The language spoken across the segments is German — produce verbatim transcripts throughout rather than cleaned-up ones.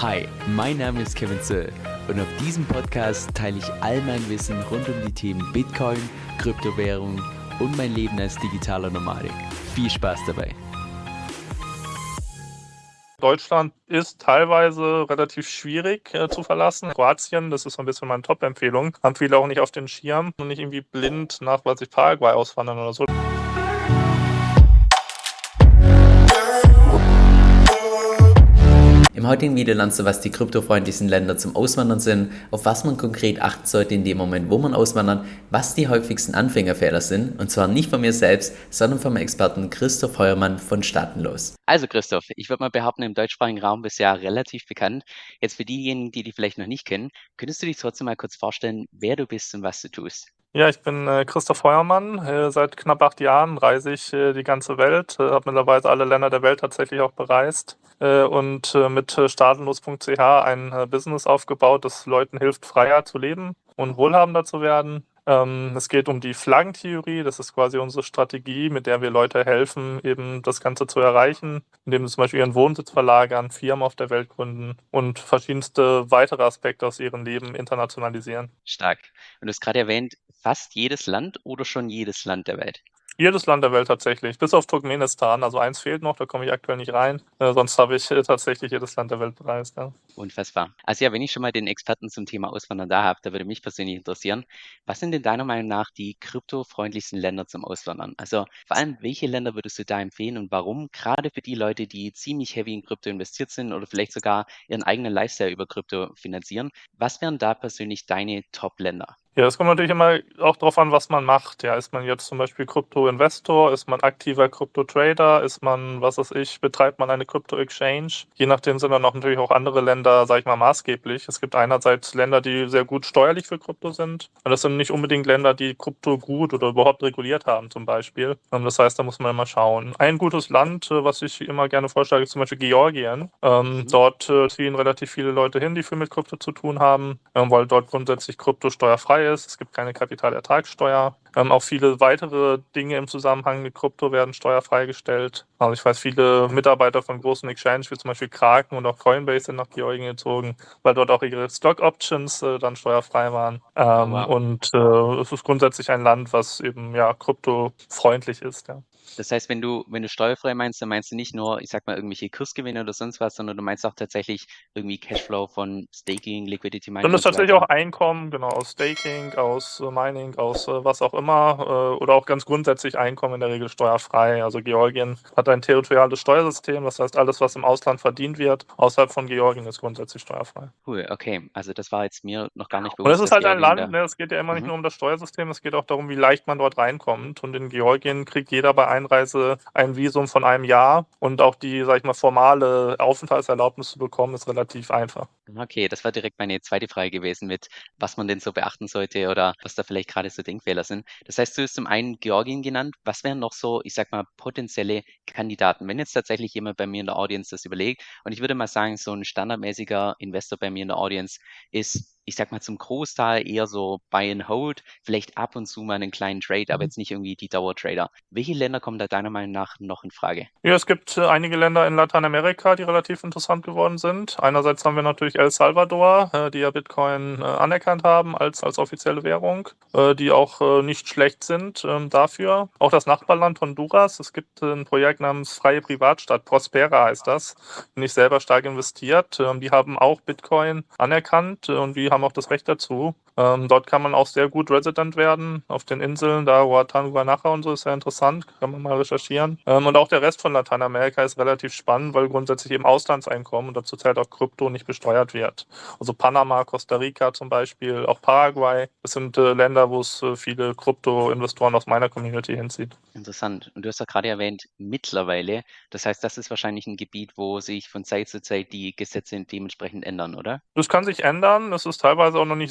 Hi, mein Name ist Kevin Zöll und auf diesem Podcast teile ich all mein Wissen rund um die Themen Bitcoin, Kryptowährung und mein Leben als digitaler Nomadik. Viel Spaß dabei! Deutschland ist teilweise relativ schwierig äh, zu verlassen. Kroatien, das ist so ein bisschen meine Top-Empfehlung, haben viele auch nicht auf den Schirm und nicht irgendwie blind nach, was ich Paraguay auswandern oder so. Im heutigen Video lernst du, was die kryptofreundlichsten Länder zum Auswandern sind, auf was man konkret achten sollte in dem Moment, wo man auswandert, was die häufigsten Anfängerfehler sind, und zwar nicht von mir selbst, sondern vom Experten Christoph Heuermann von Staatenlos. Also Christoph, ich würde mal behaupten, im deutschsprachigen Raum bist du ja relativ bekannt. Jetzt für diejenigen, die dich vielleicht noch nicht kennen, könntest du dich trotzdem mal kurz vorstellen, wer du bist und was du tust? Ja, ich bin äh, Christoph Heuermann. Äh, seit knapp acht Jahren reise ich äh, die ganze Welt, äh, habe mittlerweile alle Länder der Welt tatsächlich auch bereist äh, und äh, mit äh, staatenlos punkt c h ein äh, Business aufgebaut, das Leuten hilft, freier zu leben und wohlhabender zu werden. Ähm, es geht um die Flaggentheorie, das ist quasi unsere Strategie, mit der wir Leute helfen, eben das Ganze zu erreichen, indem sie zum Beispiel ihren Wohnsitz verlagern, Firmen auf der Welt gründen und verschiedenste weitere Aspekte aus ihrem Leben internationalisieren. Stark. Und du hast gerade erwähnt, fast jedes Land oder schon jedes Land der Welt? Jedes Land der Welt tatsächlich, bis auf Turkmenistan. Also eins fehlt noch, da komme ich aktuell nicht rein. Äh, sonst habe ich äh, tatsächlich jedes Land der Welt bereist. Ja. Unfassbar. Also ja, wenn ich schon mal den Experten zum Thema Auswandern da habe, da würde mich persönlich interessieren, was sind denn deiner Meinung nach die kryptofreundlichsten Länder zum Auswandern? Also vor allem, welche Länder würdest du da empfehlen und warum? Gerade für die Leute, die ziemlich heavy in Krypto investiert sind oder vielleicht sogar ihren eigenen Lifestyle über Krypto finanzieren. Was wären da persönlich deine Top-Länder? Ja, es kommt natürlich immer auch darauf an, was man macht. Ja, ist man jetzt zum Beispiel Krypto-Investor, ist man aktiver Krypto-Trader, ist man, was weiß ich, betreibt man eine Krypto-Exchange? Je nachdem sind dann auch natürlich auch andere Länder, sage ich mal, maßgeblich. Es gibt einerseits Länder, die sehr gut steuerlich für Krypto sind. Und das sind nicht unbedingt Länder, die Krypto gut oder überhaupt reguliert haben, zum Beispiel. Und das heißt, da muss man immer schauen. Ein gutes Land, äh, was ich immer gerne vorschlage, ist zum Beispiel Georgien. Ähm, Mhm. Dort äh, ziehen relativ viele Leute hin, die viel mit Krypto zu tun haben, ähm, weil dort grundsätzlich Krypto steuerfrei ist. Es gibt keine Kapitalertragssteuer. Ähm, auch viele weitere Dinge im Zusammenhang mit Krypto werden steuerfrei gestellt. Also ich weiß, viele Mitarbeiter von großen Exchanges, wie zum Beispiel Kraken und auch Coinbase, sind nach Georgien gezogen, weil dort auch ihre Stock Options äh, dann steuerfrei waren. Ähm, Oh, wow. Und äh, es ist grundsätzlich ein Land, was eben ja kryptofreundlich ist. Ja. Das heißt, wenn du, wenn du steuerfrei meinst, dann meinst du nicht nur, ich sag mal, irgendwelche Kursgewinne oder sonst was, sondern du meinst auch tatsächlich irgendwie Cashflow von Staking, Liquidity Mining Und es und ist so tatsächlich weiter. auch Einkommen, genau, aus Staking, aus äh, Mining, aus äh, was auch immer, äh, oder auch ganz grundsätzlich Einkommen in der Regel steuerfrei. Also Georgien hat ein territoriales Steuersystem, das heißt, alles, was im Ausland verdient wird, außerhalb von Georgien, ist grundsätzlich steuerfrei. Cool, okay. Also das war jetzt mir noch gar nicht Und es bewusst, ist dass halt ein Georgien Land, da. ne, es geht ja immer nicht Mhm. nur um das Steuersystem, es geht auch darum, wie leicht man dort reinkommt. Und in Georgien kriegt jeder bei Einreise ein Visum von einem Jahr und auch die, sag ich mal, formale Aufenthaltserlaubnis zu bekommen, ist relativ einfach. Okay, das war direkt meine zweite Frage gewesen mit, was man denn so beachten sollte oder was da vielleicht gerade so Denkfehler sind. Das heißt, du hast zum einen Georgien genannt. Was wären noch so, ich sag mal, potenzielle Kandidaten? Wenn jetzt tatsächlich jemand bei mir in der Audience das überlegt, und ich würde mal sagen, so ein standardmäßiger Investor bei mir in der Audience ist, ich sag mal, zum Großteil eher so Buy and Hold, vielleicht ab und zu mal einen kleinen Trade, aber jetzt nicht irgendwie die Dauertrader. Welche Länder kommen da deiner Meinung nach noch in Frage? Ja, es gibt äh, einige Länder in Lateinamerika, die relativ interessant geworden sind. Einerseits haben wir natürlich El Salvador, äh, die ja Bitcoin äh, anerkannt haben als, als offizielle Währung, äh, die auch äh, nicht schlecht sind ähm, dafür. Auch das Nachbarland Honduras. Es gibt äh, ein Projekt namens Freie Privatstadt, Prospera heißt das, bin ich selber stark investiert. Ähm, die haben auch Bitcoin anerkannt äh, und die haben auch das Recht dazu. Ähm, dort kann man auch sehr gut Resident werden, auf den Inseln, da Roatán, Guanaja und so, ist sehr interessant, kann man mal recherchieren. Ähm, und auch der Rest von Lateinamerika ist relativ spannend, weil grundsätzlich eben Auslandseinkommen und dazu zählt auch Krypto nicht besteuert wird. Also Panama, Costa Rica zum Beispiel, auch Paraguay, das sind äh, Länder, wo es äh, viele Krypto-Investoren aus meiner Community hinzieht. Interessant. Und du hast ja gerade erwähnt, mittlerweile. Das heißt, das ist wahrscheinlich ein Gebiet, wo sich von Zeit zu Zeit die Gesetze dementsprechend ändern, oder? Das kann sich ändern, es ist teilweise auch noch nicht so stark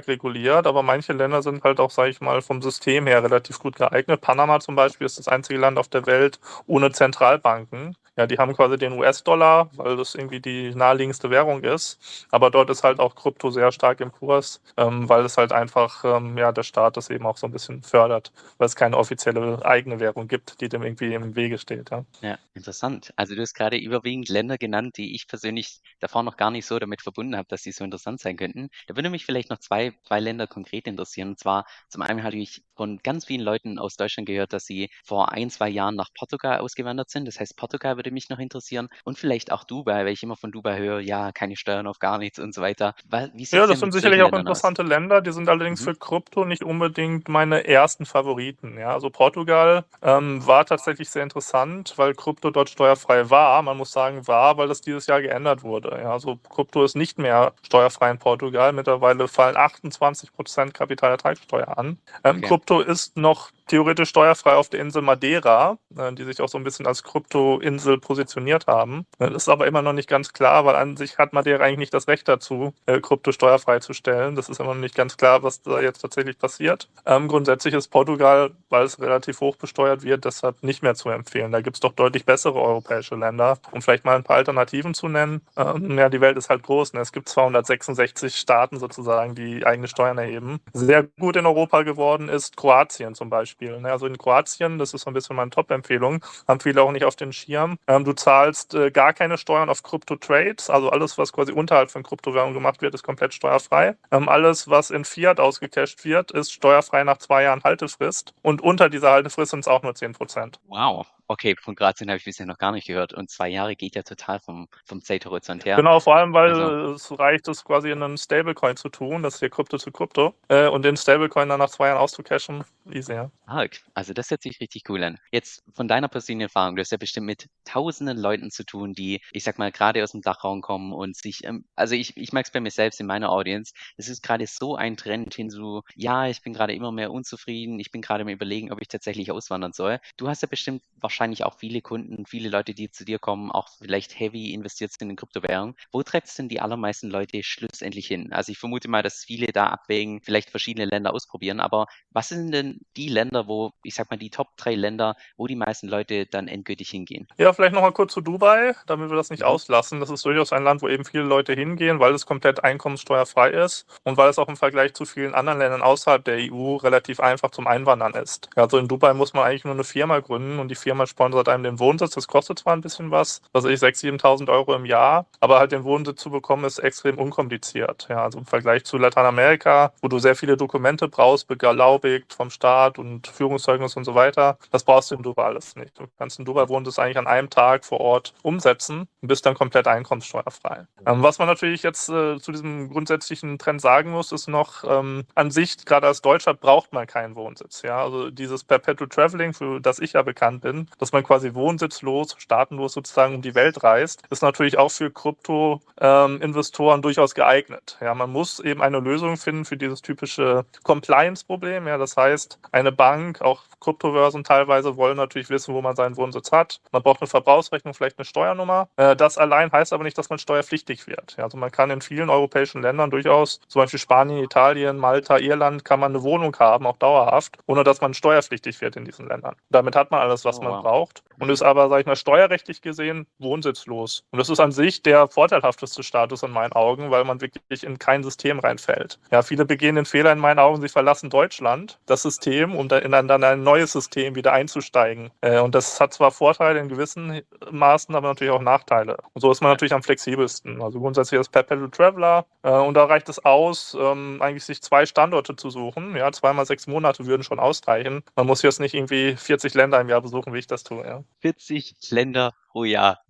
reguliert, aber manche Länder sind halt auch, sage ich mal, vom System her relativ gut geeignet. Panama zum Beispiel ist das einzige Land auf der Welt ohne Zentralbanken. Ja, die haben quasi den U S-Dollar, weil das irgendwie die naheliegendste Währung ist. Aber dort ist halt auch Krypto sehr stark im Kurs, ähm, weil es halt einfach, ähm, ja, der Staat das eben auch so ein bisschen fördert, weil es keine offizielle eigene Währung gibt, die dem irgendwie im Wege steht. Ja, Ja, interessant. Also du hast gerade überwiegend Länder genannt, die ich persönlich davor noch gar nicht so damit verbunden habe, dass sie so interessant sein könnten. Da würde mich vielleicht noch zwei, zwei Länder konkret interessieren. Und zwar, zum einen habe ich von ganz vielen Leuten aus Deutschland gehört, dass sie vor ein, zwei Jahren nach Portugal ausgewandert sind. Das heißt, Portugal würde mich noch interessieren. Und vielleicht auch Dubai, weil ich immer von Dubai höre, ja, keine Steuern auf gar nichts und so weiter. Wa- Wie sieht Ja, es das denn sind mit solchen sicherlich auch Ländern aus? interessante Länder, die sind allerdings Mhm. für Krypto nicht unbedingt meine ersten Favoriten. Ja, also Portugal ähm, war tatsächlich sehr interessant, weil Krypto dort steuerfrei war. Man muss sagen, war, weil das dieses Jahr geändert wurde. Ja, also Krypto ist nicht mehr steuerfrei in Portugal. Mittlerweile fallen achtundzwanzig Prozent Kapitalertragssteuer an. Ähm, Okay. Krypto ist noch theoretisch steuerfrei auf der Insel Madeira, äh, die sich auch so ein bisschen als Krypto-Insel positioniert haben. Das ist aber immer noch nicht ganz klar, weil an sich hat Madeira eigentlich nicht das Recht dazu, äh, Krypto steuerfrei zu stellen. Das ist immer noch nicht ganz klar, was da jetzt tatsächlich passiert. Ähm, grundsätzlich ist Portugal, weil es relativ hoch besteuert wird, deshalb nicht mehr zu empfehlen. Da gibt es doch deutlich bessere europäische Länder. Um vielleicht mal ein paar Alternativen zu nennen. Ähm, ja, die Welt ist halt groß. Ne? Es gibt zweihundertsechsundsechzig Staaten sozusagen, die eigene Steuern erheben. Sehr gut in Europa geworden ist Kroatien zum Beispiel. Ne? Also in Kroatien, das ist so ein bisschen meine Top-Empfehlung, haben viele auch nicht auf den Schirm. Ähm, du zahlst äh, gar keine Steuern auf Krypto-Trades, also alles, was quasi unterhalb von Kryptowährungen gemacht wird, ist komplett steuerfrei. Ähm, alles, was in Fiat ausgecasht wird, ist steuerfrei nach zwei Jahren Haltefrist und unter dieser Haltefrist sind es auch nur zehn Prozent. Wow. Okay, von Kroatien habe ich bisher noch gar nicht gehört. Und zwei Jahre geht ja total vom, vom Zeithorizont her. Genau, vor allem, weil Also, es reicht, es quasi in einem Stablecoin zu tun, das ist hier Krypto zu Krypto, äh, und den Stablecoin dann nach zwei Jahren auszocashen, easy, ja. arg. Also das hört sich richtig cool an. Jetzt von deiner persönlichen Erfahrung, du hast ja bestimmt mit tausenden Leuten zu tun, die, ich sag mal, gerade aus dem Dachraum kommen und sich, ähm, also ich, ich mag es bei mir selbst in meiner Audience, es ist gerade so ein Trend hin zu, ja, ich bin gerade immer mehr unzufrieden, ich bin gerade am Überlegen, ob ich tatsächlich auswandern soll. Du hast ja bestimmt wahrscheinlich auch viele Kunden, viele Leute, die zu dir kommen, auch vielleicht heavy investiert sind in Kryptowährungen. Wo treibt es denn die allermeisten Leute schlussendlich hin? Also ich vermute mal, dass viele da abwägen, vielleicht verschiedene Länder ausprobieren, aber was sind denn die Länder, wo, ich sag mal, die Top drei Länder, wo die meisten Leute dann endgültig hingehen? Ja, vielleicht nochmal kurz zu Dubai, damit wir das nicht Mhm. auslassen. Das ist durchaus ein Land, wo eben viele Leute hingehen, weil es komplett einkommenssteuerfrei ist und weil es auch im Vergleich zu vielen anderen Ländern außerhalb der E U relativ einfach zum Einwandern ist. Ja, also in Dubai muss man eigentlich nur eine Firma gründen und die Firma sponsert einem den Wohnsitz. Das kostet zwar ein bisschen was, was weiß ich, sechstausend, siebentausend Euro im Jahr, aber halt den Wohnsitz zu bekommen ist extrem unkompliziert. Ja, also im Vergleich zu Lateinamerika, wo du sehr viele Dokumente brauchst, beglaubigt vom Staat und Führungszeugnis und so weiter, das brauchst du in Dubai alles nicht. Du kannst in Dubai Wohnsitz eigentlich an einem Tag vor Ort umsetzen und bist dann komplett einkommenssteuerfrei. Ähm, was man natürlich jetzt äh, zu diesem grundsätzlichen Trend sagen muss, ist noch, ähm, an sich, gerade als Deutscher, braucht man keinen Wohnsitz. Ja? Also dieses Perpetual Traveling, für das ich ja bekannt bin, dass man quasi wohnsitzlos, staatenlos sozusagen um die Welt reist, ist natürlich auch für Krypto-Investoren ähm, durchaus geeignet. Ja? Man muss eben eine Lösung finden für dieses typische Compliance-Problem. Ja? Das heißt, eine Bank, auch Kryptobörsen teilweise wollen natürlich wissen, wo man seinen Wohnsitz hat. Man braucht eine Verbrauchsrechnung, vielleicht eine Steuernummer. Äh, das allein heißt aber nicht, dass man steuerpflichtig wird. Ja, also man kann in vielen europäischen Ländern durchaus, zum Beispiel Spanien, Italien, Malta, Irland, kann man eine Wohnung haben, auch dauerhaft, ohne dass man steuerpflichtig wird in diesen Ländern. Damit hat man alles, was Oh, man wow. braucht und ist aber, sage ich mal, steuerrechtlich gesehen wohnsitzlos. Und das ist an sich der vorteilhafteste Status in meinen Augen, weil man wirklich in kein System reinfällt. Ja, viele begehen den Fehler in meinen Augen, sie verlassen Deutschland, das System, um dann in ein, dann ein neues System wieder einzusteigen. Äh, und das hat zwar Vorteile in gewissen Maßen, aber natürlich auch Nachteile. Und so ist man natürlich am flexibelsten. Also grundsätzlich ist Perpetual Traveler äh, und da reicht es aus, ähm, eigentlich sich zwei Standorte zu suchen. Ja, zweimal sechs Monate würden schon ausreichen. Man muss jetzt nicht irgendwie vierzig Länder im Jahr besuchen, wie ich das tue. Ja. vierzig Länder pro Jahr.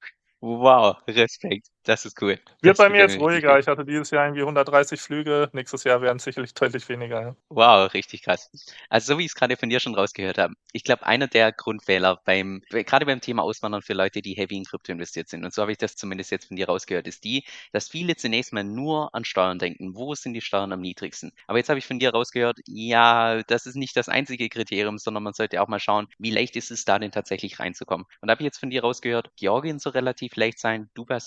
Wow, Respekt. Das ist cool. Wird Das bei mir gefällt jetzt mir richtig ruhiger. gut. Ich hatte dieses Jahr irgendwie hundertdreißig Flüge. Nächstes Jahr werden es sicherlich deutlich weniger. Ja. Wow, richtig krass. Also so wie ich es gerade von dir schon rausgehört habe, ich glaube, einer der Grundfehler beim, gerade beim Thema Auswandern für Leute, die heavy in Krypto investiert sind, und so habe ich das zumindest jetzt von dir rausgehört, ist die, dass viele zunächst mal nur an Steuern denken. Wo sind die Steuern am niedrigsten? Aber jetzt habe ich von dir rausgehört, ja, das ist nicht das einzige Kriterium, sondern man sollte auch mal schauen, wie leicht ist es da denn tatsächlich reinzukommen. Und da habe ich jetzt von dir rausgehört, Georgien soll relativ leicht sein, Dubai soll relativ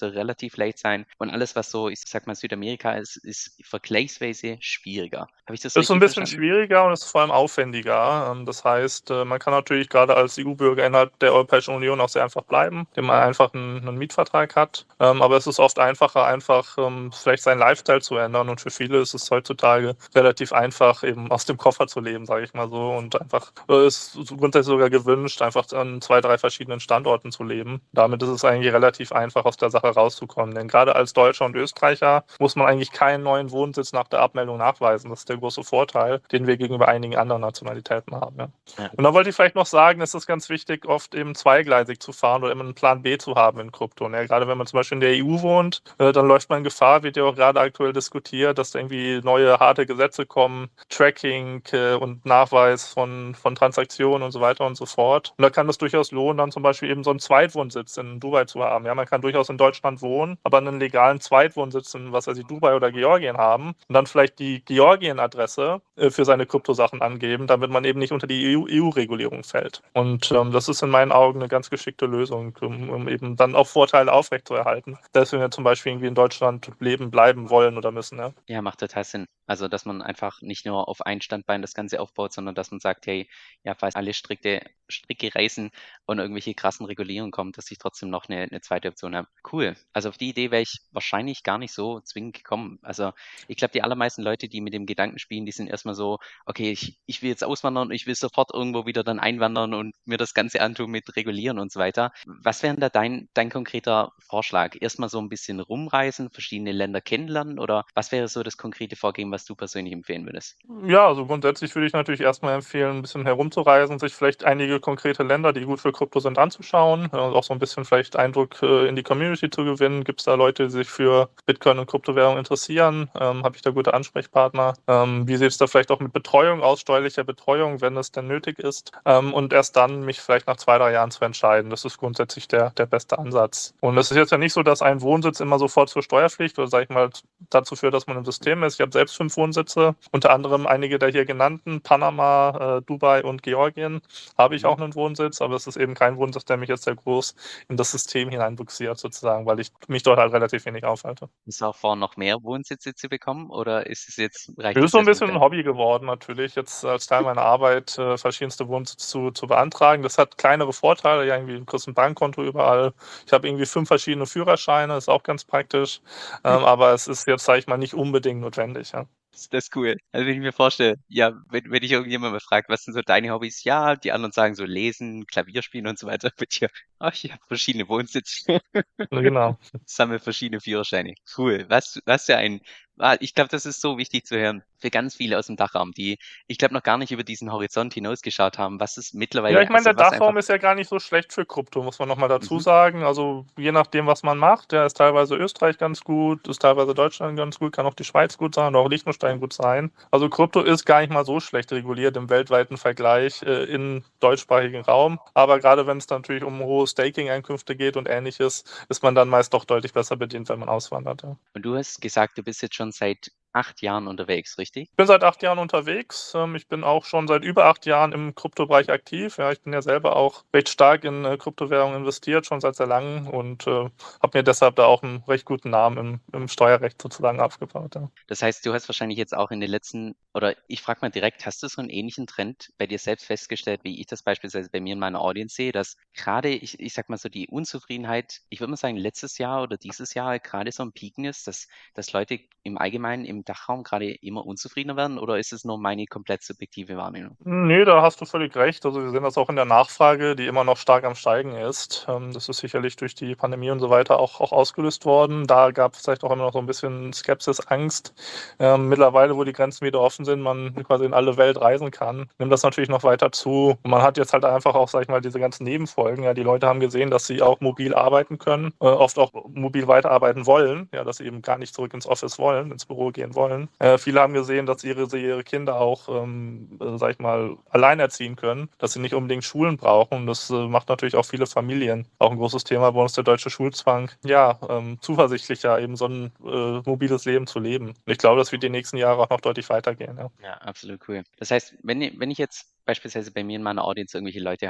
City vielleicht sein. Und alles, was so, ich sag mal, Südamerika ist, ist vergleichsweise schwieriger. Habe ich das Ist so ein richtig bisschen verstanden? schwieriger und ist vor allem aufwendiger. Ähm, das heißt, äh, man kann natürlich gerade als E U-Bürger innerhalb der Europäischen Union auch sehr einfach bleiben, indem man einfach einen, einen Mietvertrag hat. Ähm, aber es ist oft einfacher, einfach ähm, vielleicht seinen Lifestyle zu ändern. Und für viele ist es heutzutage relativ einfach, eben aus dem Koffer zu leben, sage ich mal so. Und einfach äh, ist grundsätzlich sogar gewünscht, einfach an zwei, drei verschiedenen Standorten zu leben. Damit ist es eigentlich relativ einfach, aus der Sache rauszukommen. Denn gerade als Deutscher und Österreicher muss man eigentlich keinen neuen Wohnsitz nach der Abmeldung nachweisen. Das ist der große Vorteil, den wir gegenüber einigen anderen Nationalitäten haben. Ja. Ja. Und dann wollte ich vielleicht noch sagen, es ist ganz wichtig, oft eben zweigleisig zu fahren oder immer einen Plan B zu haben in Krypto. Ja, gerade wenn man zum Beispiel in der E U wohnt, äh, dann läuft man Gefahr, wird ja auch gerade aktuell diskutiert, dass da irgendwie neue harte Gesetze kommen, Tracking äh, und Nachweis von, von Transaktionen und so weiter und so fort. Und da kann es durchaus lohnen, dann zum Beispiel eben so einen Zweitwohnsitz in Dubai zu haben. Ja, man kann durchaus in Deutschland wohnen, aber einen legalen Zweitwohnsitz in, was weiß ich, Dubai oder Georgien haben und dann vielleicht die Georgien-Adresse äh, für seine Kryptosachen angeben, damit man eben nicht unter die E U-Regulierung fällt. Und ähm, das ist in meinen Augen eine ganz geschickte Lösung, um, um eben dann auch Vorteile aufrechtzuerhalten, dass wir zum Beispiel irgendwie in Deutschland leben, bleiben wollen oder müssen. Ja, Ja, macht total Sinn. Also, dass man einfach nicht nur auf ein Standbein das Ganze aufbaut, sondern dass man sagt, hey, ja, falls alle Stricke, Stricke reißen und irgendwelche krassen Regulierungen kommen, dass ich trotzdem noch eine, eine zweite Option habe. Cool. Also auf die Idee wäre ich wahrscheinlich gar nicht so zwingend gekommen. Also ich glaube, die allermeisten Leute, die mit dem Gedanken spielen, die sind erstmal so, okay, ich, ich will jetzt auswandern und ich will sofort irgendwo wieder dann einwandern und mir das Ganze antun mit Regulieren und so weiter. Was wäre denn da dein, dein konkreter Vorschlag? Erstmal so ein bisschen rumreisen, verschiedene Länder kennenlernen oder was wäre so das konkrete Vorgehen, was du persönlich empfehlen würdest? Ja, also grundsätzlich würde ich natürlich erstmal empfehlen, ein bisschen herumzureisen, sich vielleicht einige konkrete Länder, die gut für Krypto sind, anzuschauen, äh, auch so ein bisschen vielleicht Eindruck äh, in die Community zu gewinnen. Gibt es da Leute, die sich für Bitcoin und Kryptowährung interessieren? Ähm, Habe ich da gute Ansprechpartner? Ähm, wie sieht es da vielleicht auch mit Betreuung aus, steuerlicher Betreuung, wenn es denn nötig ist? Ähm, und erst dann mich vielleicht nach zwei, drei Jahren zu entscheiden. Das ist grundsätzlich der, der beste Ansatz. Und es ist jetzt ja nicht so, dass ein Wohnsitz immer sofort zur Steuerpflicht oder, sag ich mal, dazu führt, dass man im System ist. Ich habe selbst fünf Wohnsitze, unter anderem einige der hier genannten, Panama, äh, Dubai und Georgien, habe ich auch einen Wohnsitz, aber es ist eben kein Wohnsitz, der mich jetzt sehr groß in das System hineinbuxiert sozusagen, weil ich mich dort halt relativ wenig aufhalte. Ist auch vor, noch mehr Wohnsitze zu bekommen oder ist es jetzt, reicht Es es ist so ein erstmal bisschen mit ein Hobby geworden natürlich, jetzt als Teil meiner Arbeit äh, verschiedenste Wohnsitze zu, zu beantragen. Das hat kleinere Vorteile, ja, irgendwie du kriegst ein Bankkonto überall. Ich habe irgendwie fünf verschiedene Führerscheine, ist auch ganz praktisch, ähm, aber es ist jetzt, sage ich mal, nicht unbedingt notwendig. Ja. Ist das cool. Also wenn ich mir vorstelle, ja, wenn, wenn ich irgendjemand mal fragt, was sind so deine Hobbys? Ja, die anderen sagen so Lesen, Klavier spielen und so weiter. Bin ich ja, ach, ich habe verschiedene Wohnsitze, Genau. sammle verschiedene Führerscheine. Cool. Was, was für ein, ah, ich glaube, das ist so wichtig zu hören für ganz viele aus dem Dachraum, die, ich glaube, noch gar nicht über diesen Horizont hinausgeschaut haben, was es Ja, mittlerweile, ich meine, der also was einfach, Dachraum ist ja gar nicht so schlecht für Krypto, muss man nochmal dazu mhm, sagen. Also je nachdem, was man macht, ja, ist teilweise Österreich ganz gut, ist teilweise Deutschland ganz gut, kann auch die Schweiz gut sein oder auch Liechtenstein gut sein. Also Krypto ist gar nicht mal so schlecht reguliert im weltweiten Vergleich äh, im deutschsprachigen Raum. Aber gerade wenn es dann natürlich um hohe Staking-Einkünfte geht und ähnliches, ist man dann meist doch deutlich besser bedient, wenn man auswandert. Ja. und du hast gesagt, du bist jetzt schon seit acht Jahren unterwegs, richtig? Ich bin seit acht Jahren unterwegs. Ähm, Ich bin auch schon seit über acht Jahren im Kryptobereich aktiv. Ja, ich bin ja selber auch recht stark in äh, Kryptowährungen investiert, schon seit sehr langem und äh, habe mir deshalb da auch einen recht guten Namen im, im Steuerrecht sozusagen aufgebaut. Ja. Das heißt, du hast wahrscheinlich jetzt auch in den letzten, oder ich frage mal direkt, hast du so einen ähnlichen Trend bei dir selbst festgestellt, wie ich das beispielsweise bei mir in meiner Audience sehe, dass gerade, ich, ich sag mal so, die Unzufriedenheit, ich würde mal sagen, letztes Jahr oder dieses Jahr gerade so ein Pieken ist, dass, dass Leute im Allgemeinen im Dachraum gerade immer unzufriedener werden, oder ist es nur meine komplett subjektive Wahrnehmung? Nee, da hast du völlig recht. Also wir sehen das auch in der Nachfrage, die immer noch stark am Steigen ist. Ähm, Das ist sicherlich durch die Pandemie und so weiter auch, auch ausgelöst worden. Da gab es vielleicht auch immer noch so ein bisschen Skepsis, Angst. Ähm, mittlerweile, wo die Grenzen wieder offen sind, man quasi in alle Welt reisen kann, nimmt das natürlich noch weiter zu. Und man hat jetzt halt einfach auch, sag ich mal, diese ganzen Nebenfolgen. Ja, die Leute haben gesehen, dass sie auch mobil arbeiten können, äh, oft auch mobil weiterarbeiten wollen, ja, dass sie eben gar nicht zurück ins Office wollen, ins Büro gehen wollen. Äh, viele haben gesehen, dass ihre, sie ihre Kinder auch, ähm, äh, sag ich mal, allein erziehen können, dass sie nicht unbedingt Schulen brauchen. Das äh, macht natürlich auch viele Familien auch ein großes Thema bei uns, der deutsche Schulzwang, ja, ähm, zuversichtlicher eben so ein äh, mobiles Leben zu leben. Und ich glaube, das wird die nächsten Jahre auch noch deutlich weitergehen. Ja. Ja, absolut cool. Das heißt, wenn, ich- wenn ich jetzt beispielsweise bei mir in meiner Audience irgendwelche Leute haben,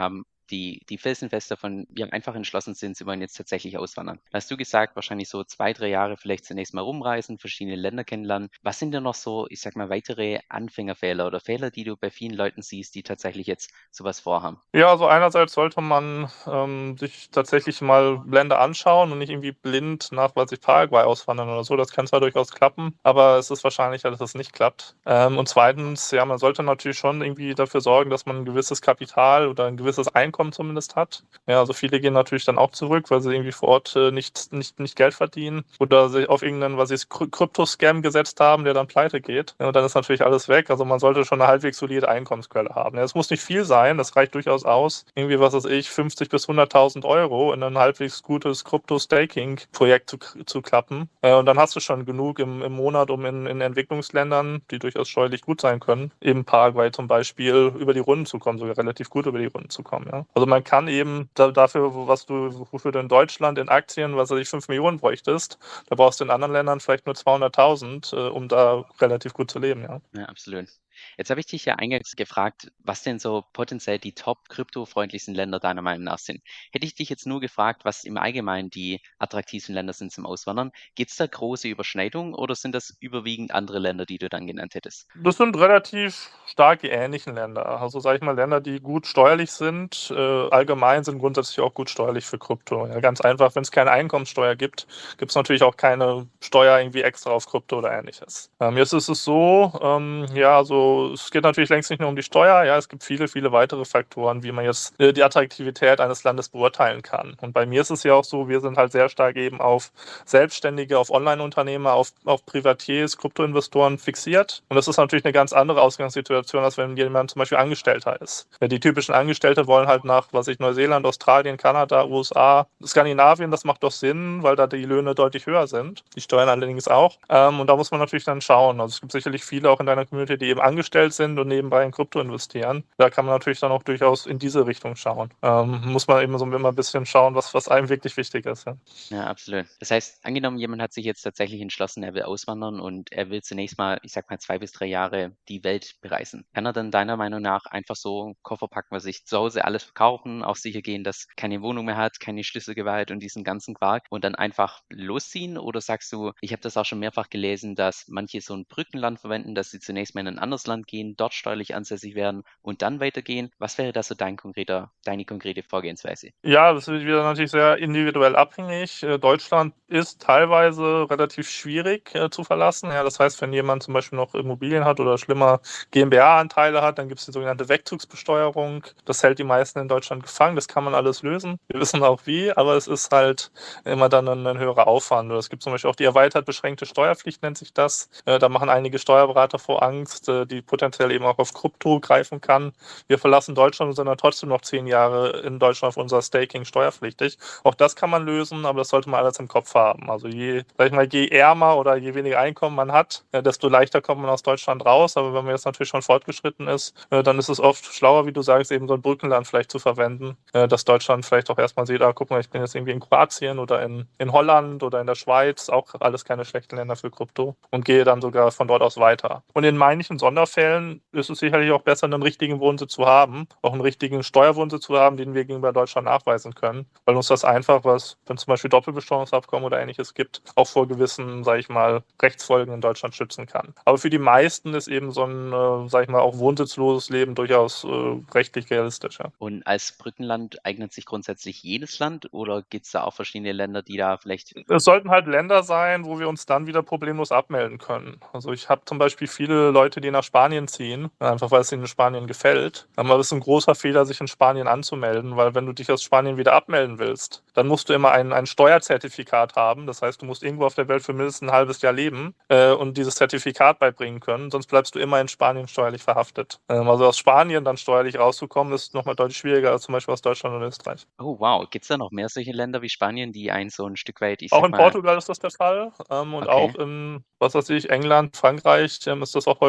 die, die felsenfest davon, wir einfach entschlossen sind, sie wollen jetzt tatsächlich auswandern. Da hast du gesagt, wahrscheinlich so zwei, drei Jahre vielleicht zunächst mal rumreisen, verschiedene Länder kennenlernen. Was sind denn noch so, ich sag mal, weitere Anfängerfehler oder Fehler, die du bei vielen Leuten siehst, die tatsächlich jetzt sowas vorhaben? Ja, also einerseits sollte man ähm, sich tatsächlich mal Länder anschauen und nicht irgendwie blind nach, weiß ich, Paraguay auswandern oder so. Das kann zwar durchaus klappen, aber es ist wahrscheinlicher, dass es nicht klappt. Ähm, und zweitens, ja, man sollte natürlich schon irgendwie dafür sorgen, dass man ein gewisses Kapital oder ein gewisses Einkommen zumindest hat. Ja, also viele gehen natürlich dann auch zurück, weil sie irgendwie vor Ort äh, nicht, nicht, nicht Geld verdienen oder sich auf irgendeinen, was ich, Krypto-Scam gesetzt haben, der dann pleite geht. Ja, und dann ist natürlich alles weg. Also man sollte schon eine halbwegs solide Einkommensquelle haben. Ja, es muss nicht viel sein, das reicht durchaus aus. Irgendwie, was weiß ich, fünfzig bis hunderttausend Euro in ein halbwegs gutes Krypto-Staking-Projekt zu, zu klappen. Äh, und dann hast du schon genug im, im Monat, um in, in Entwicklungsländern, die durchaus steuerlich gut sein können, eben Paraguay zum Beispiel, über die Runden zu kommen, sogar relativ gut über die Runden zu kommen. Ja. Also man kann eben da, dafür, was du, wofür du in Deutschland in Aktien, was weiß ich, fünf Millionen bräuchtest, da brauchst du in anderen Ländern vielleicht nur zweihunderttausend, äh, um da relativ gut zu leben. Ja. Ja, absolut. Jetzt habe ich dich ja eingangs gefragt, was denn so potenziell die top kryptofreundlichsten Länder deiner Meinung nach sind. Hätte ich dich jetzt nur gefragt, was im Allgemeinen die attraktivsten Länder sind zum Auswandern, gibt es da große Überschneidungen oder sind das überwiegend andere Länder, die du dann genannt hättest? Das sind relativ stark die ähnlichen Länder. Also sage ich mal, Länder, die gut steuerlich sind, äh, allgemein sind grundsätzlich auch gut steuerlich für Krypto. Ja, ganz einfach, wenn es keine Einkommensteuer gibt, gibt es natürlich auch keine Steuer irgendwie extra auf Krypto oder ähnliches. Ähm, jetzt ist es so, ähm, ja, also es geht natürlich längst nicht nur um die Steuer, ja, es gibt viele, viele weitere Faktoren, wie man jetzt äh, die Attraktivität eines Landes beurteilen kann. Und bei mir ist es ja auch so, wir sind halt sehr stark eben auf Selbstständige, auf Online-Unternehmer, auf, auf Privatiers, Kryptoinvestoren fixiert. Und das ist natürlich eine ganz andere Ausgangssituation, als wenn jemand zum Beispiel Angestellter ist. Ja, die typischen Angestellte wollen halt nach, was ich, Neuseeland, Australien, Kanada, U S A, Skandinavien, das macht doch Sinn, weil da die Löhne deutlich höher sind. Die Steuern allerdings auch. Ähm, und da muss man natürlich dann schauen. Also es gibt sicherlich viele auch in deiner Community, die eben angestellt sind und nebenbei in Krypto investieren. Da kann man natürlich dann auch durchaus in diese Richtung schauen. Ähm, muss man eben so immer ein bisschen schauen, was, was einem wirklich wichtig ist. Ja. Ja, absolut. Das heißt, angenommen, jemand hat sich jetzt tatsächlich entschlossen, er will auswandern und er will zunächst mal, ich sag mal, zwei bis drei Jahre die Welt bereisen. Kann er dann deiner Meinung nach einfach so einen Koffer packen, was sich zu Hause alles verkaufen, auch sicher gehen, dass keine Wohnung mehr hat, keine Schlüsselgewalt und diesen ganzen Quark und dann einfach losziehen? Oder sagst du, ich habe das auch schon mehrfach gelesen, dass manche so ein Brückenland verwenden, dass sie zunächst mal in ein anderes Land gehen, dort steuerlich ansässig werden und dann weitergehen? Was wäre da so dein konkreter, deine konkrete Vorgehensweise? Ja, das ist wieder natürlich sehr individuell abhängig. Äh, Deutschland ist teilweise relativ schwierig äh, zu verlassen. Ja, das heißt, wenn jemand zum Beispiel noch Immobilien hat oder schlimmer GmbH-Anteile hat, dann gibt es die sogenannte Wegzugsbesteuerung. Das hält die meisten in Deutschland gefangen. Das kann man alles lösen. Wir wissen auch wie, aber es ist halt immer dann ein, ein höherer Aufwand. Es gibt zum Beispiel auch die erweitert beschränkte Steuerpflicht, nennt sich das. Äh, da machen einige Steuerberater vor Angst, äh, die potenziell eben auch auf Krypto greifen kann. Wir verlassen Deutschland und sind dann trotzdem noch zehn Jahre in Deutschland auf unser Staking steuerpflichtig. Auch das kann man lösen, aber das sollte man alles im Kopf haben. Also je, sag ich mal, je ärmer oder je weniger Einkommen man hat, äh, desto leichter kommt man aus Deutschland raus. Aber wenn man jetzt natürlich schon fortgeschritten ist, äh, dann ist es oft schlauer, wie du sagst, eben so ein Brückenland vielleicht zu verwenden, äh, dass Deutschland vielleicht auch erstmal sieht, ah, guck mal, ich bin jetzt irgendwie in Kroatien oder in, in Holland oder in der Schweiz, auch alles keine schlechten Länder für Krypto und gehe dann sogar von dort aus weiter. Und in manchen Sonderfällen ist es sicherlich auch besser, einen richtigen Wohnsitz zu haben, auch einen richtigen Steuerwohnsitz zu haben, den wir gegenüber Deutschland nachweisen können, weil uns das einfach, was, wenn es zum Beispiel Doppelbesteuerungsabkommen oder ähnliches gibt, auch vor gewissen, sage ich mal, Rechtsfolgen in Deutschland schützen kann. Aber für die meisten ist eben so ein, äh, sage ich mal, auch wohnsitzloses Leben durchaus äh, rechtlich realistisch. Ja. Und als Brückenland eignet sich grundsätzlich jedes Land oder gibt es da auch verschiedene Länder, die da vielleicht... Es sollten halt Länder sein, wo wir uns dann wieder problemlos abmelden können. Also ich habe zum Beispiel viele Leute, die nach Spanien ziehen, einfach weil es ihnen in Spanien gefällt. Aber es ist ein großer Fehler, sich in Spanien anzumelden, weil wenn du dich aus Spanien wieder abmelden willst, dann musst du immer ein, ein Steuerzertifikat haben. Das heißt, du musst irgendwo auf der Welt für mindestens ein halbes Jahr leben äh, und dieses Zertifikat beibringen können, sonst bleibst du immer in Spanien steuerlich verhaftet. Ähm, also aus Spanien dann steuerlich rauszukommen, ist nochmal deutlich schwieriger als zum Beispiel aus Deutschland und Österreich. Oh wow, gibt es da noch mehr solche Länder wie Spanien, die einen so ein Stück weit, ich Auch sag in mal... Portugal ist das der Fall ähm, und Okay. auch in, was weiß ich, England, Frankreich ähm, ist das auch häufig der Fall.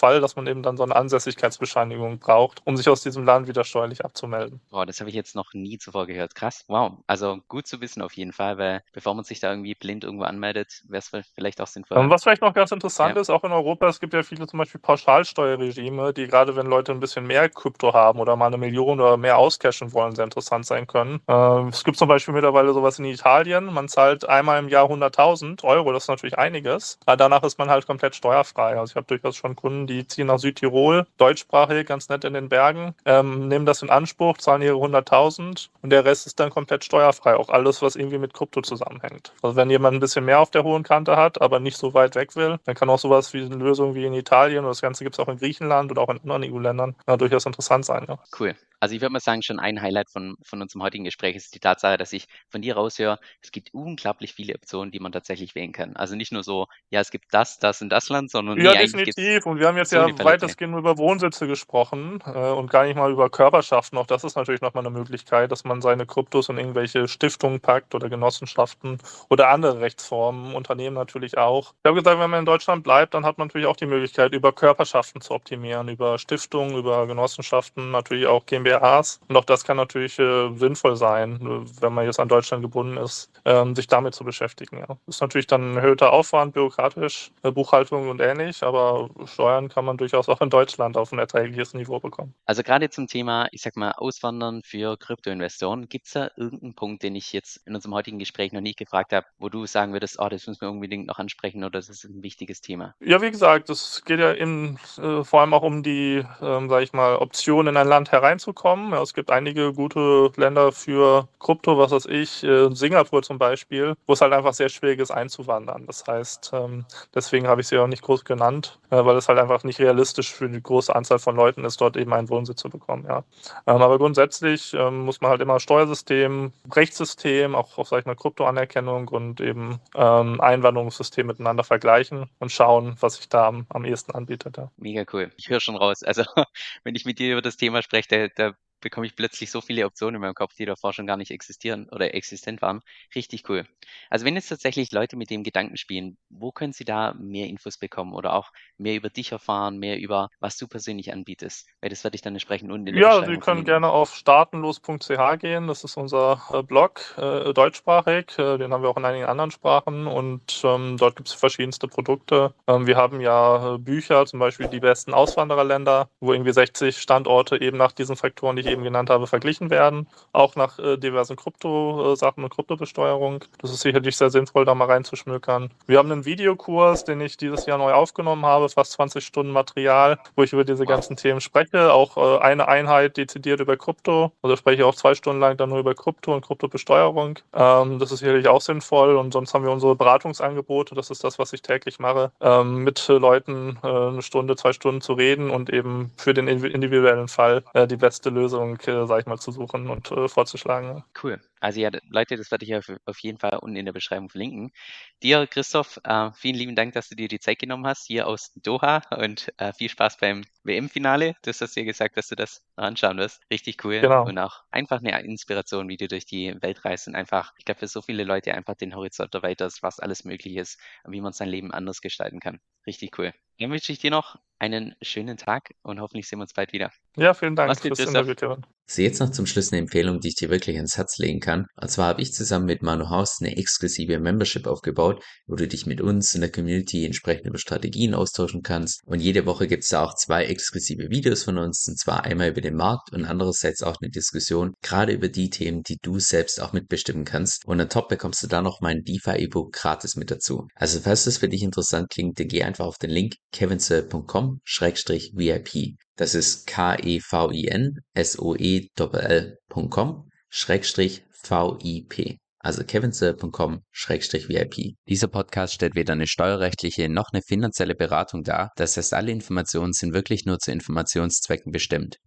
Fall, dass man eben dann so eine Ansässigkeitsbescheinigung braucht, um sich aus diesem Land wieder steuerlich abzumelden. Boah, das habe ich jetzt noch nie zuvor gehört. Krass, wow. Also gut zu wissen auf jeden Fall, weil bevor man sich da irgendwie blind irgendwo anmeldet, wäre es vielleicht auch Ähm, sinnvoll. was vielleicht noch ganz interessant Ja. ist, auch in Europa, es gibt ja viele zum Beispiel Pauschalsteuerregime, die gerade wenn Leute ein bisschen mehr Krypto haben oder mal eine Million oder mehr auscashen wollen, sehr interessant sein können. Ähm, es gibt zum Beispiel mittlerweile sowas in Italien, man zahlt einmal im Jahr hunderttausend Euro, das ist natürlich einiges, aber danach ist man halt komplett steuerfrei. Also ich habe durchaus schon Kunden, die ziehen nach Südtirol, deutschsprachig, ganz nett in den Bergen, ähm, nehmen das in Anspruch, zahlen ihre hunderttausend und der Rest ist dann komplett steuerfrei, auch alles, was irgendwie mit Krypto zusammenhängt. Also wenn jemand ein bisschen mehr auf der hohen Kante hat, aber nicht so weit weg will, dann kann auch sowas wie eine Lösung wie in Italien oder das Ganze gibt es auch in Griechenland oder auch in anderen E U-Ländern ja, durchaus interessant sein. Ja. Cool. Also ich würde mal sagen, schon ein Highlight von, von unserem heutigen Gespräch ist die Tatsache, dass ich von dir raushöre, es gibt unglaublich viele Optionen, die man tatsächlich wählen kann. Also nicht nur so, ja, es gibt das, das und das Land, sondern Ja, nee, eigentlich gibt es definitiv. Und wir haben jetzt so eine ja Palette. weitestgehend nur über Wohnsitze gesprochen äh, und gar nicht mal über Körperschaften. Auch das ist natürlich nochmal eine Möglichkeit, dass man seine Kryptos in irgendwelche Stiftungen packt oder Genossenschaften oder andere Rechtsformen, Unternehmen natürlich auch. Ich habe gesagt, wenn man in Deutschland bleibt, dann hat man natürlich auch die Möglichkeit, über Körperschaften zu optimieren, über Stiftungen, über Genossenschaften, natürlich auch GmbHs. Und auch das kann natürlich äh, sinnvoll sein, wenn man jetzt an Deutschland gebunden ist, ähm, sich damit zu beschäftigen. Ja. Ist natürlich dann ein erhöhter Aufwand, bürokratisch, äh, Buchhaltung und ähnlich, aber Steuern kann man durchaus auch in Deutschland auf ein erträgliches Niveau bekommen. Also gerade zum Thema, ich sag mal, Auswandern für Kryptoinvestoren, gibt es da irgendeinen Punkt, den ich jetzt in unserem heutigen Gespräch noch nicht gefragt habe, wo du sagen würdest, oh, das müssen wir unbedingt noch ansprechen oder das ist ein wichtiges Thema? Ja, wie gesagt, es geht ja in, äh, vor allem auch um die, ähm, sage ich mal, Option in ein Land hereinzukommen. Ja, es gibt einige gute Länder für Krypto, was weiß ich, äh, Singapur zum Beispiel, wo es halt einfach sehr schwierig ist einzuwandern. Das heißt, ähm, deswegen habe ich sie auch nicht groß genannt, äh, weil es halt einfach nicht realistisch für die große Anzahl von Leuten ist, dort eben einen Wohnsitz zu bekommen. Ja. Ähm, aber grundsätzlich ähm, muss man halt immer Steuersystem, Rechtssystem, auch, auch sag ich mal, Kryptoanerkennung und eben ähm, Einwanderungssystem miteinander vergleichen und schauen, was sich da am, am ehesten anbietet. Ja. Mega cool. Ich höre schon raus. Also wenn ich mit dir über das Thema spreche, da, da bekomme ich plötzlich so viele Optionen in meinem Kopf, die davor schon gar nicht existieren oder existent waren. Richtig cool. Also wenn jetzt tatsächlich Leute mit dem Gedanken spielen, wo können sie da mehr Infos bekommen oder auch mehr über dich erfahren, mehr über was du persönlich anbietest? Weil das werde ich dann entsprechend unten in der Ja, Sie Beschreibung können verlinken. gerne auf startenlos punkt c h gehen. Das ist unser äh, Blog, äh, deutschsprachig. Äh, den haben wir auch in einigen anderen Sprachen und ähm, dort gibt es verschiedenste Produkte. Ähm, wir haben ja äh, Bücher, zum Beispiel die besten Auswandererländer, wo irgendwie sechzig Standorte eben nach diesen Faktoren, die ich eben genannt habe, verglichen werden. Auch nach äh, diversen Krypto-Sachen und Kryptobesteuerung. Das ist sicherlich sehr sinnvoll, da mal reinzuschmökern. Wir haben einen Videokurs, den ich dieses Jahr neu aufgenommen habe, fast zwanzig Stunden Material, wo ich über diese Wow. ganzen Themen spreche. Auch äh, eine Einheit dezidiert über Krypto. Also spreche ich auch zwei Stunden lang dann nur über Krypto und Kryptobesteuerung. Ähm, das ist sicherlich auch sinnvoll. Und sonst haben wir unsere Beratungsangebote. Das ist das, was ich täglich mache, ähm, mit äh, Leuten äh, eine Stunde, zwei Stunden zu reden und eben für den individuellen Fall äh, die beste Lösung, äh, sag ich mal, zu suchen und äh, vorzuschlagen. Cool. Also ja, Leute, das werde ich auf, auf jeden Fall unten in der Beschreibung verlinken. Dir, Christoph, äh, vielen lieben Dank, dass du dir die Zeit genommen hast, hier aus Doha und äh, viel Spaß beim W M-Finale. Du hast dir gesagt, dass du das anschauen wirst. Richtig cool. Genau. Und auch einfach eine Inspiration, wie du durch die Welt reist und einfach, ich glaube, für so viele Leute einfach den Horizont erweiterst, was alles möglich ist und wie man sein Leben anders gestalten kann. Richtig cool. Dann wünsche ich dir noch einen schönen Tag und hoffentlich sehen wir uns bald wieder. Ja, vielen Dank Mach's gut, fürs Christoph. Interview, Kevin. So, jetzt noch zum Schluss eine Empfehlung, die ich dir wirklich ans Herz legen kann. Und zwar habe ich zusammen mit Manu Haus eine exklusive Membership aufgebaut, wo du dich mit uns in der Community entsprechend über Strategien austauschen kannst. Und jede Woche gibt es da auch zwei exklusive Videos von uns, und zwar einmal über den Markt und andererseits auch eine Diskussion, gerade über die Themen, die du selbst auch mitbestimmen kannst. Und on top bekommst du da noch mein DeFi-E-Book gratis mit dazu. Also falls das für dich interessant klingt, dann geh einfach auf den Link kevinsoe punkt com Schrägstrich V I P. Das ist K-E-V-I-N-S-O-E-L-L.com Schrägstrich V-I-P. Also kevinsoe punkt com Schrägstrich V I P. Dieser Podcast stellt weder eine steuerrechtliche noch eine finanzielle Beratung dar. Das heißt, alle Informationen sind wirklich nur zu Informationszwecken bestimmt.